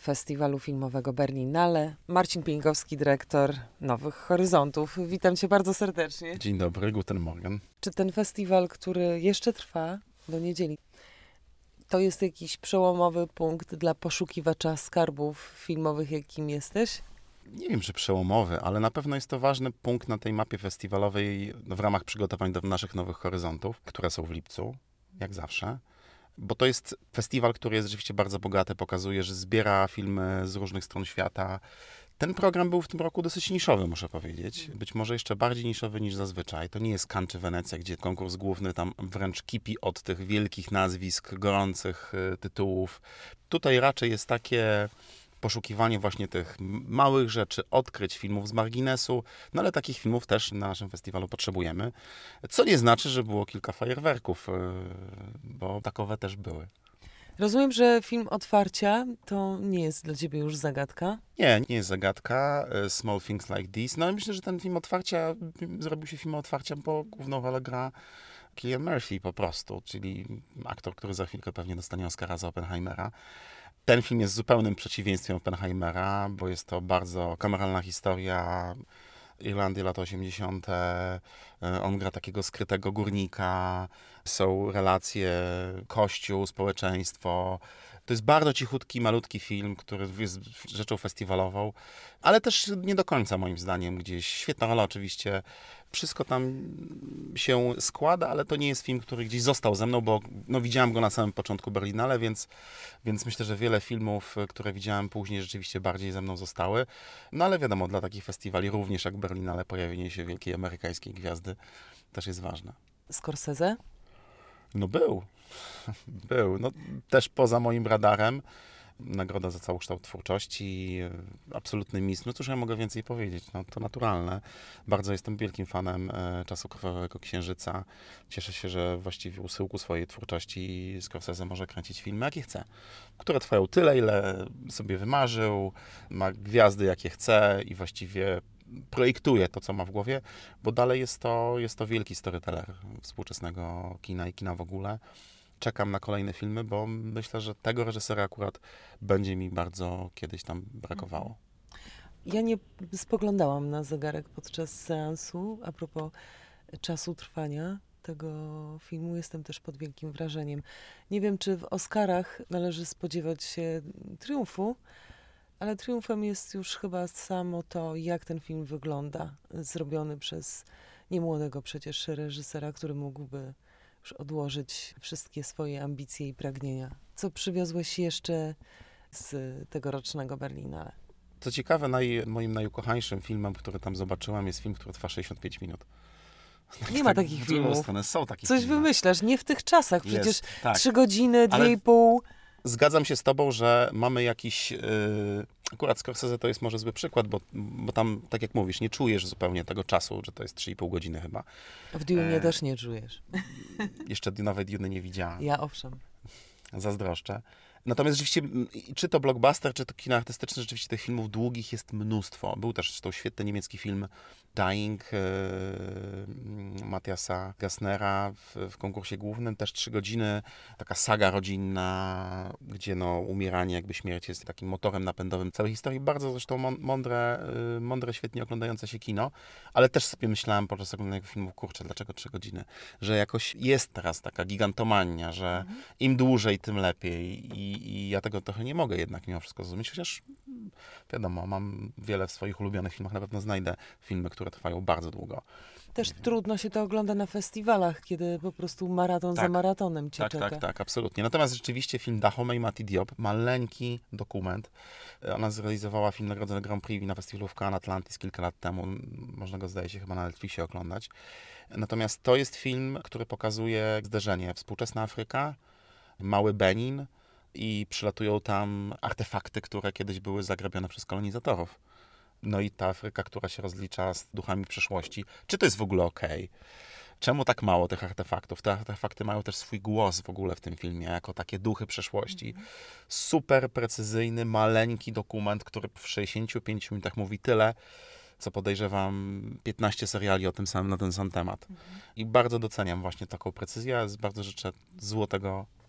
Festiwalu Filmowego Berlinale. Marcin Pieńkowski, dyrektor Nowych Horyzontów. Witam cię bardzo serdecznie. Dzień dobry, guten Morgen. Czy ten festiwal, który jeszcze trwa do niedzieli, to jest jakiś przełomowy punkt dla poszukiwacza skarbów filmowych, jakim jesteś? Nie wiem, czy przełomowy, ale na pewno jest to ważny punkt na tej mapie festiwalowej w ramach przygotowań do naszych Nowych Horyzontów, które są w lipcu, jak zawsze. Bo to jest festiwal, który jest rzeczywiście bardzo bogaty, pokazuje, że zbiera filmy z różnych stron świata. Ten program był w tym roku dosyć niszowy, muszę powiedzieć. Być może jeszcze bardziej niszowy niż zazwyczaj. To nie jest Cannes czy Wenecja, gdzie konkurs główny tam wręcz kipi od tych wielkich nazwisk, gorących tytułów. Tutaj raczej jest takie poszukiwanie właśnie tych małych rzeczy, odkryć filmów z marginesu, no ale takich filmów też na naszym festiwalu potrzebujemy. Co nie znaczy, że było kilka fajerwerków, bo takowe też były. Rozumiem, że film otwarcia to nie jest dla ciebie już zagadka. Nie jest zagadka. Small Things Like This. No myślę, że ten film otwarcia, zrobił się film otwarcia, bo główną rolę gra Cillian Murphy po prostu, czyli aktor, który za chwilkę pewnie dostanie Oscara za Oppenheimera. Ten film jest zupełnym przeciwieństwem Oppenheimera, bo jest to bardzo kameralna historia Irlandii lat 80. On gra takiego skrytego górnika, są relacje kościół, społeczeństwo. To jest bardzo cichutki, malutki film, który jest rzeczą festiwalową, ale też nie do końca moim zdaniem gdzieś. Świetna rola oczywiście. Wszystko tam się składa, ale to nie jest film, który gdzieś został ze mną, bo no, widziałem go na samym początku Berlinale, więc myślę, że wiele filmów, które widziałem później, rzeczywiście bardziej ze mną zostały. No ale wiadomo, dla takich festiwali również jak Berlinale pojawienie się wielkiej amerykańskiej gwiazdy też jest ważne. Scorsese? No był. No też poza moim radarem. Nagroda za całokształt twórczości, absolutny mistrz. No cóż ja mogę więcej powiedzieć? No to naturalne. Bardzo jestem wielkim fanem Czasu Krwawego Księżyca. Cieszę się, że właściwie u schyłku swojej twórczości Scorsese może kręcić filmy, jakie chce. Które trwają tyle, ile sobie wymarzył, ma gwiazdy, jakie chce i właściwie projektuje to, co ma w głowie, bo dalej jest to wielki storyteller współczesnego kina i kina w ogóle. Czekam na kolejne filmy, bo myślę, że tego reżysera akurat będzie mi bardzo kiedyś tam brakowało. Ja nie spoglądałam na zegarek podczas seansu. A propos czasu trwania tego filmu, jestem też pod wielkim wrażeniem. Nie wiem, czy w Oscarach należy spodziewać się triumfu, ale triumfem jest już chyba samo to, jak ten film wygląda, zrobiony przez niemłodego przecież reżysera, który mógłby już odłożyć wszystkie swoje ambicje i pragnienia. Co przywiozłeś jeszcze z tegorocznego Berlinale? Co ciekawe, moim najukochańszym filmem, który tam zobaczyłem, jest film, który trwa 65 minut. Nie ma takich filmów. Są takie Coś filmy. wymyślasz, nie w tych czasach. Przecież Jest, tak. 3 godziny, 2,5. Zgadzam się z tobą, że mamy jakiś... Akurat Scorsese to jest może zły przykład, bo tam, tak jak mówisz, nie czujesz zupełnie tego czasu, że to jest 3,5 godziny chyba. W Dune też nie czujesz. Jeszcze nawet Dune nie widziałem. Ja owszem. Zazdroszczę. Natomiast rzeczywiście, czy to blockbuster, czy to kino artystyczne, rzeczywiście tych filmów długich jest mnóstwo. Był też zresztą świetny niemiecki film Dying Matthiasa Gassnera w konkursie głównym. Też 3 godziny, taka saga rodzinna, gdzie no, umieranie, jakby śmierć jest takim motorem napędowym całej historii. Bardzo zresztą mądre, świetnie oglądające się kino. Ale też sobie myślałem podczas oglądania filmu, kurczę, dlaczego 3 godziny? Że jakoś jest teraz taka gigantomania, że im dłużej, tym lepiej. I ja tego trochę nie mogę jednak mimo wszystko zrozumieć, chociaż wiadomo, mam wiele w swoich ulubionych filmach, na pewno znajdę filmy, które trwają bardzo długo. Też trudno się to ogląda na festiwalach, kiedy po prostu maraton za maratonem cię czeka. Tak, absolutnie. Natomiast rzeczywiście film Dahomey i Mati Diop, maleńki dokument. Ona zrealizowała film nagrodzony Grand Prix na festiwalu w Cannes Atlantis kilka lat temu. Można go, zdaje się, chyba na Netflixie oglądać. Natomiast to jest film, który pokazuje zderzenie współczesna Afryka, mały Benin, i przylatują tam artefakty, które kiedyś były zagrabione przez kolonizatorów. No i ta Afryka, która się rozlicza z duchami przeszłości. Czy to jest w ogóle okej? Czemu tak mało tych artefaktów? Te artefakty mają też swój głos w ogóle w tym filmie, jako takie duchy przeszłości. Super precyzyjny, maleńki dokument, który w 65 minutach mówi tyle, co podejrzewam 15 seriali o tym samym, na ten sam temat. I bardzo doceniam właśnie taką precyzję, bardzo życzę złotego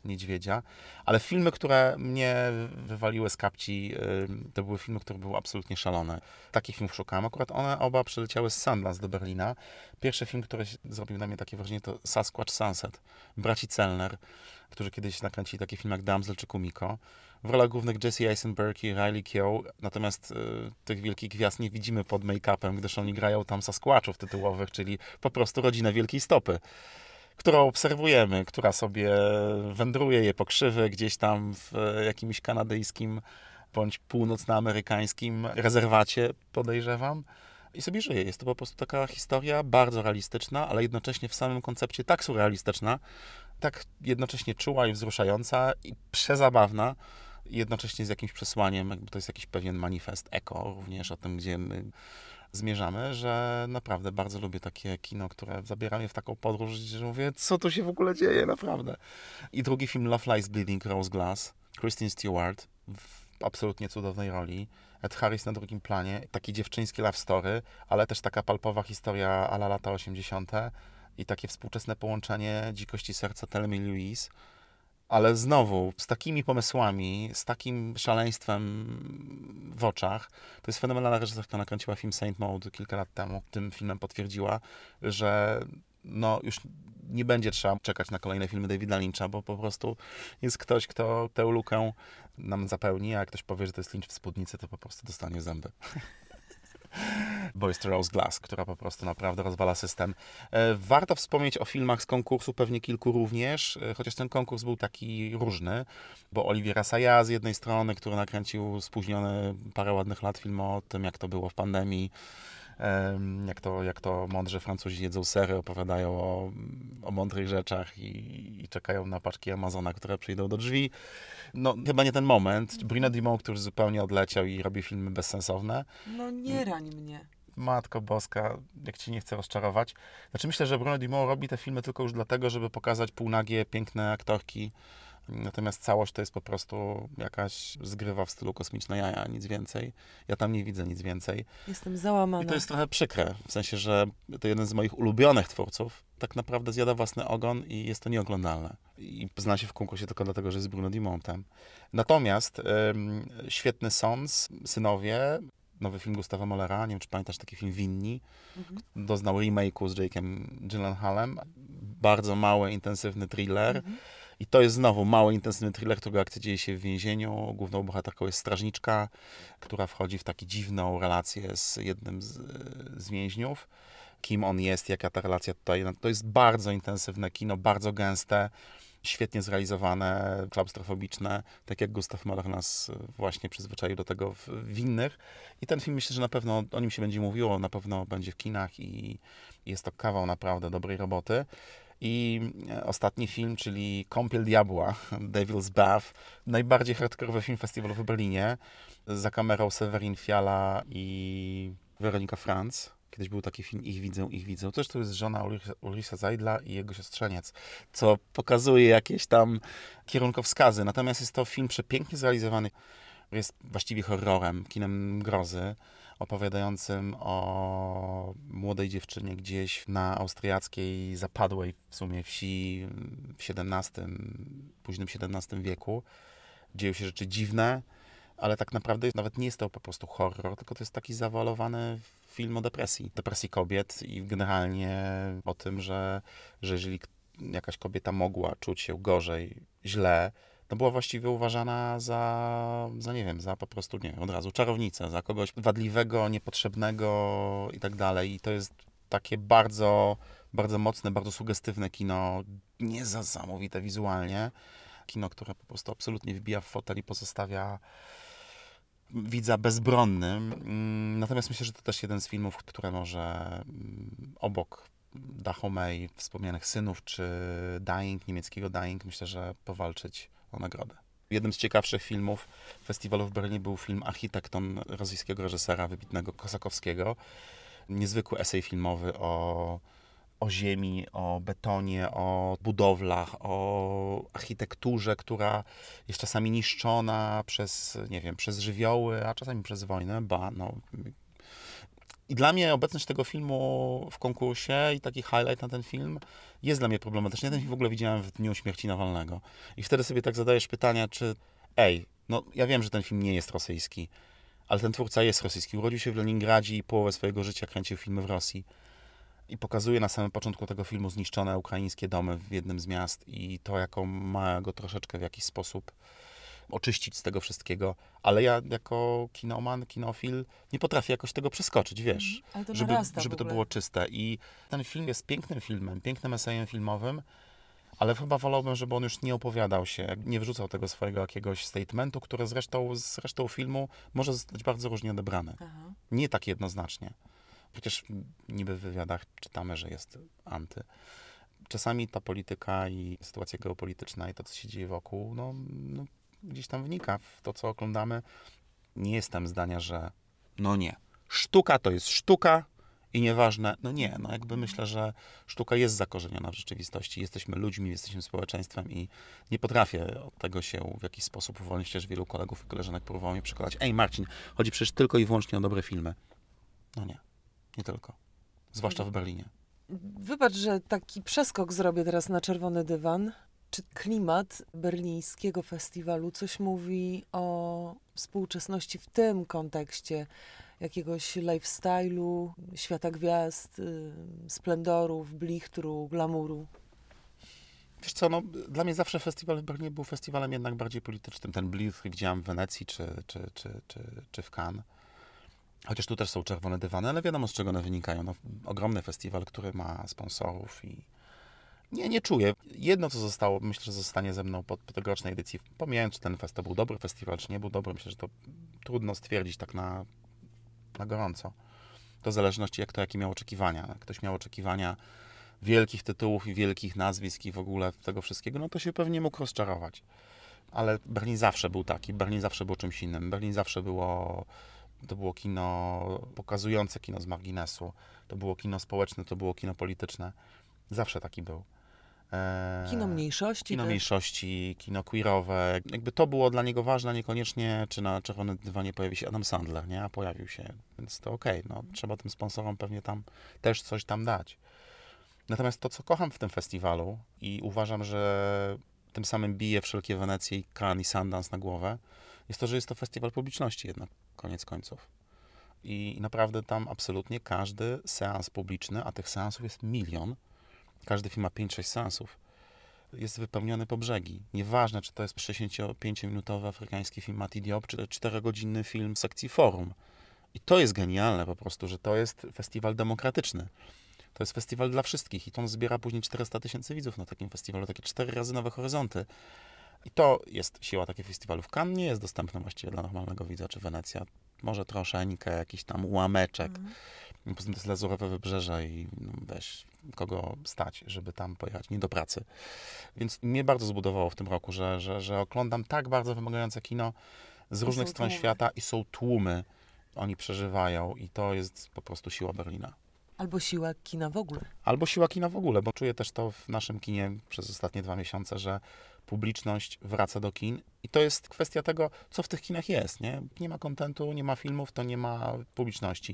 Niedźwiedzia. Ale filmy, które mnie wywaliły z kapci, to były filmy, które były absolutnie szalone. Takich filmów szukałem. Akurat one oba przyleciały z Sundance do Berlina. Pierwszy film, który zrobił na mnie takie wrażenie, to Sasquatch Sunset. Braci Zellner, którzy kiedyś nakręcili takie filmy jak Damsel czy Kumiko. W rolach głównych Jesse Eisenberg i Riley Keough, natomiast tych wielkich gwiazd nie widzimy pod make-upem, gdyż oni grają tam Sasquatchów tytułowych, czyli po prostu rodzinę Wielkiej Stopy, którą obserwujemy, która sobie wędruje je pokrzywy gdzieś tam w jakimś kanadyjskim bądź północnoamerykańskim rezerwacie, podejrzewam. I sobie żyje. Jest to po prostu taka historia bardzo realistyczna, ale jednocześnie w samym koncepcie tak surrealistyczna, tak jednocześnie czuła i wzruszająca i przezabawna, i jednocześnie z jakimś przesłaniem, jakby to jest jakiś pewien manifest eko również o tym, gdzie my zmierzamy, że naprawdę bardzo lubię takie kino, które zabiera mnie w taką podróż, że mówię, co tu się w ogóle dzieje, naprawdę. I drugi film Love Lies Bleeding, Rose Glass, Kristen Stewart w absolutnie cudownej roli, Ed Harris na drugim planie, taki dziewczyński love story, ale też taka palpowa historia a la lata 80. i takie współczesne połączenie dzikości serca Thelmy Louise, ale znowu z takimi pomysłami, z takim szaleństwem w oczach. To jest fenomenalna reżyserka, nakręciła film Saint Maud kilka lat temu. Tym filmem potwierdziła, że no już nie będzie trzeba czekać na kolejne filmy Davida Lyncha, bo po prostu jest ktoś, kto tę lukę nam zapełni, a jak ktoś powie, że to jest Lynch w spódnicy, to po prostu dostanie zęby. Bo jest Rose Glass, która po prostu naprawdę rozwala system. Warto wspomnieć o filmach z konkursu, pewnie kilku również, chociaż ten konkurs był taki różny, bo Olivier Assayas z jednej strony, który nakręcił spóźniony parę ładnych lat film o tym, jak to było w pandemii, jak to mądrze Francuzi jedzą sery, opowiadają o mądrych rzeczach i czekają na paczki Amazona, które przyjdą do drzwi. No, chyba nie ten moment. Bruno Dumont, który zupełnie odleciał i robi filmy bezsensowne. No nie rań mnie. Matko Boska, jak ci nie chcę rozczarować. Znaczy myślę, że Bruno Dumont robi te filmy tylko już dlatego, żeby pokazać półnagie, piękne aktorki. Natomiast całość to jest po prostu jakaś zgrywa w stylu kosmiczne jaja, nic więcej. Ja tam nie widzę nic więcej. Jestem załamana. I to jest trochę przykre, w sensie, że to jeden z moich ulubionych twórców tak naprawdę zjada własny ogon i jest to nieoglądalne. I zna się w konkursie tylko dlatego, że jest Bruno Dumontem. Natomiast świetny Sons, Synowie, nowy film Gustawa Mollera, nie wiem, czy pamiętasz taki film Winni, doznał remake'u z Jake'em Gyllenhaalem. Bardzo mały, intensywny thriller. I to jest znowu mały, intensywny thriller, którego akcja dzieje się w więzieniu. Główną bohaterką jest strażniczka, która wchodzi w taką dziwną relację z jednym z więźniów. Kim on jest, jaka ta relacja tutaj. To jest bardzo intensywne kino, bardzo gęste, świetnie zrealizowane, klaustrofobiczne, tak jak Gustav Mahler nas właśnie przyzwyczaił do tego w innych. I ten film, myślę, że na pewno o nim się będzie mówiło, na pewno będzie w kinach i jest to kawał naprawdę dobrej roboty. I ostatni film, czyli Kąpiel Diabła, Devil's Bath, najbardziej hardkorowy film festiwalu w Berlinie, za kamerą Severin Fiala i Weronika Franz. Kiedyś był taki film Ich widzę. Też to jest żona Ulricha Seidla i jego siostrzeniec, co pokazuje jakieś tam kierunkowskazy. Natomiast jest to film przepięknie zrealizowany. Jest właściwie horrorem, kinem grozy, opowiadającym o młodej dziewczynie gdzieś na austriackiej, zapadłej w sumie wsi w późnym XVII wieku. Dzieją się rzeczy dziwne, ale tak naprawdę nawet nie jest to po prostu horror, tylko to jest taki zawalowany film o depresji kobiet i generalnie o tym, że jeżeli jakaś kobieta mogła czuć się gorzej, źle, to była właściwie uważana za nie wiem, za po prostu, nie wiem, od razu czarownicę, za kogoś wadliwego, niepotrzebnego i tak dalej. I to jest takie bardzo, bardzo mocne, bardzo sugestywne kino, niesamowite wizualnie. Kino, które po prostu absolutnie wbija w fotel i pozostawia widza bezbronnym. Natomiast myślę, że to też jeden z filmów, które może obok Dachomey, wspomnianych Synów, czy Dying, niemieckiego Dying, myślę, że powalczyć o nagrodę. Jednym z ciekawszych filmów festiwalu w Berlinie był film Architekton rosyjskiego reżysera wybitnego Kosakowskiego. Niezwykły esej filmowy o ziemi, o betonie, o budowlach, o architekturze, która jest czasami niszczona przez, nie wiem, przez żywioły, a czasami przez wojnę, I dla mnie obecność tego filmu w konkursie i taki highlight na ten film jest dla mnie problematyczny. Ja ten film w ogóle widziałem w dniu śmierci Nawalnego. I wtedy sobie tak zadajesz pytania, czy no ja wiem, że ten film nie jest rosyjski, ale ten twórca jest rosyjski. Urodził się w Leningradzie i połowę swojego życia kręcił filmy w Rosji. I pokazuje na samym początku tego filmu zniszczone ukraińskie domy w jednym z miast i to, jaką ma go troszeczkę w jakiś sposób oczyścić z tego wszystkiego. Ale ja jako kinoman, kinofil nie potrafię jakoś tego przeskoczyć, wiesz, Ale to żeby to było czyste. I ten film jest pięknym filmem, pięknym esejem filmowym, ale chyba wolałbym, żeby on już nie opowiadał się, nie wrzucał tego swojego jakiegoś statementu, które z resztą filmu może zostać bardzo różnie odebrane. Aha. Nie tak jednoznacznie. Przecież niby w wywiadach czytamy, że jest anty. Czasami ta polityka i sytuacja geopolityczna i to, co się dzieje wokół, no gdzieś tam wnika w to, co oglądamy. Nie jestem zdania, że no nie, sztuka to jest sztuka i nieważne, no nie, no jakby myślę, że sztuka jest zakorzeniona w rzeczywistości. Jesteśmy ludźmi, jesteśmy społeczeństwem i nie potrafię od tego się w jakiś sposób uwolnić. Też wielu kolegów i koleżanek próbowało mnie przekonać. Ej Marcin, chodzi przecież tylko i wyłącznie o dobre filmy. No nie tylko. Zwłaszcza w Berlinie. Wybacz, że taki przeskok zrobię teraz na czerwony dywan. Czy klimat berlińskiego festiwalu coś mówi o współczesności w tym kontekście jakiegoś lifestyle'u, świata gwiazd, splendorów, blichtru, glamuru? Wiesz co, no, dla mnie zawsze festiwal w Berlinie był festiwalem jednak bardziej politycznym. Ten Blichtr widziałem w Wenecji czy w Cannes. Chociaż tu też są czerwone dywany, ale wiadomo, z czego one wynikają. No, ogromny festiwal, który ma sponsorów i nie czuję. Jedno, co zostało, myślę, że zostanie ze mną po tegorocznej edycji, pomijając, czy ten to był dobry festiwal, czy nie był dobry, myślę, że to trudno stwierdzić tak na gorąco. To w zależności, jakie miał oczekiwania. Jak ktoś miał oczekiwania wielkich tytułów i wielkich nazwisk i w ogóle tego wszystkiego, no to się pewnie mógł rozczarować. Ale Berlin zawsze był taki, Berlin zawsze był czymś innym. Berlin zawsze to było kino pokazujące kino z marginesu. To było kino społeczne, to było kino polityczne. Zawsze taki był. Kino mniejszości. Kino mniejszości, kino queerowe. Jakby to było dla niego ważne, niekoniecznie czy na czerwonym dywanie pojawi się Adam Sandler, nie? A pojawił się, więc to okej. No, trzeba tym sponsorom pewnie tam też coś tam dać. Natomiast to, co kocham w tym festiwalu i uważam, że tym samym bije wszelkie Wenecje i Cannes i Sundance na głowę, jest to, że jest to festiwal publiczności jednak, koniec końców. I naprawdę tam absolutnie każdy seans publiczny, a tych seansów jest 1 000 000, każdy film ma 5-6 seansów, jest wypełniony po brzegi. Nieważne, czy to jest 65-minutowy afrykański film Mati Diop, czy to 4-godzinny film sekcji Forum. I to jest genialne po prostu, że to jest festiwal demokratyczny. To jest festiwal dla wszystkich i to on zbiera później 400 000 widzów na takim festiwalu, takie 4 razy nowe horyzonty. I to jest siła takich festiwalów. Cannes nie jest dostępny właściwie dla normalnego widza, czy Wenecja. Może troszeczkę, jakiś tam ułameczek. Poza tym to jest Lazurowe Wybrzeże i no, weź kogo stać, żeby tam pojechać, nie do pracy. Więc mnie bardzo zbudowało w tym roku, że oglądam tak bardzo wymagające kino z różnych stron świata i są tłumy. Oni przeżywają i to jest po prostu siła Berlina. Albo siła kina w ogóle. Albo siła kina w ogóle, bo czuję też to w naszym kinie przez ostatnie 2 miesiące, że publiczność wraca do kin i to jest kwestia tego, co w tych kinach jest, nie? Nie ma kontentu, nie ma filmów, to nie ma publiczności.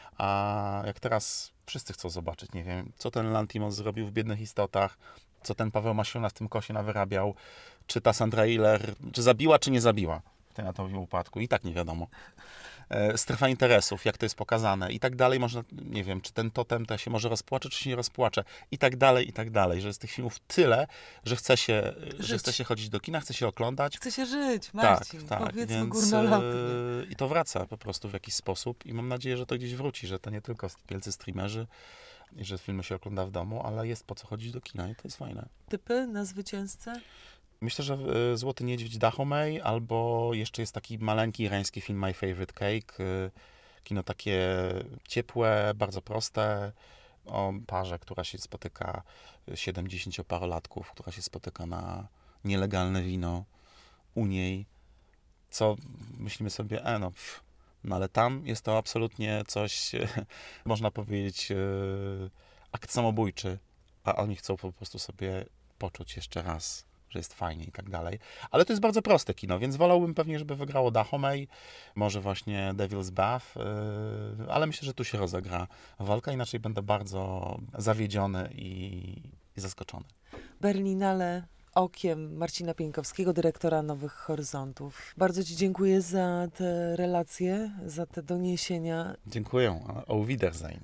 A jak teraz wszyscy chcą zobaczyć, nie wiem, co ten Lantimos zrobił w Biednych Istotach, co ten Paweł Masiula w tym kosie nawyrabiał, czy ta Sandra Hüller, czy zabiła, czy nie zabiła w tym atomowym upadku. I tak nie wiadomo. Strefa interesów, jak to jest pokazane i tak dalej. Można, nie wiem, czy ten totem to się może rozpłacze, czy się nie rozpłacze. I tak dalej, że jest tych filmów tyle, że chce się chodzić do kina, chce się oglądać. Chce się żyć, Marcin. Tak, Powiedzmy więc, górnolotnie. I to wraca po prostu w jakiś sposób i mam nadzieję, że to gdzieś wróci, że to nie tylko wielcy streamerzy i że filmy się ogląda w domu, ale jest po co chodzić do kina i to jest fajne. Typy na zwycięzcę? Myślę, że Złoty Niedźwiedź Dachomey, albo jeszcze jest taki maleńki irański film My Favorite Cake. Kino takie ciepłe, bardzo proste, o parze, która się spotyka, 70-parolatków, która się spotyka na nielegalne wino u niej, co myślimy sobie, no ale tam jest to absolutnie coś, można powiedzieć, akt samobójczy, a oni chcą po prostu sobie poczuć jeszcze raz, że jest fajnie i tak dalej. Ale to jest bardzo proste kino, więc wolałbym pewnie, żeby wygrało Dahomey, może właśnie Devil's Bath, ale myślę, że tu się rozegra walka, inaczej będę bardzo zawiedziony i zaskoczony. Berlinale okiem Marcina Pieńkowskiego, dyrektora Nowych Horyzontów. Bardzo Ci dziękuję za te relacje, za te doniesienia. Dziękuję. Auf Wiedersehen.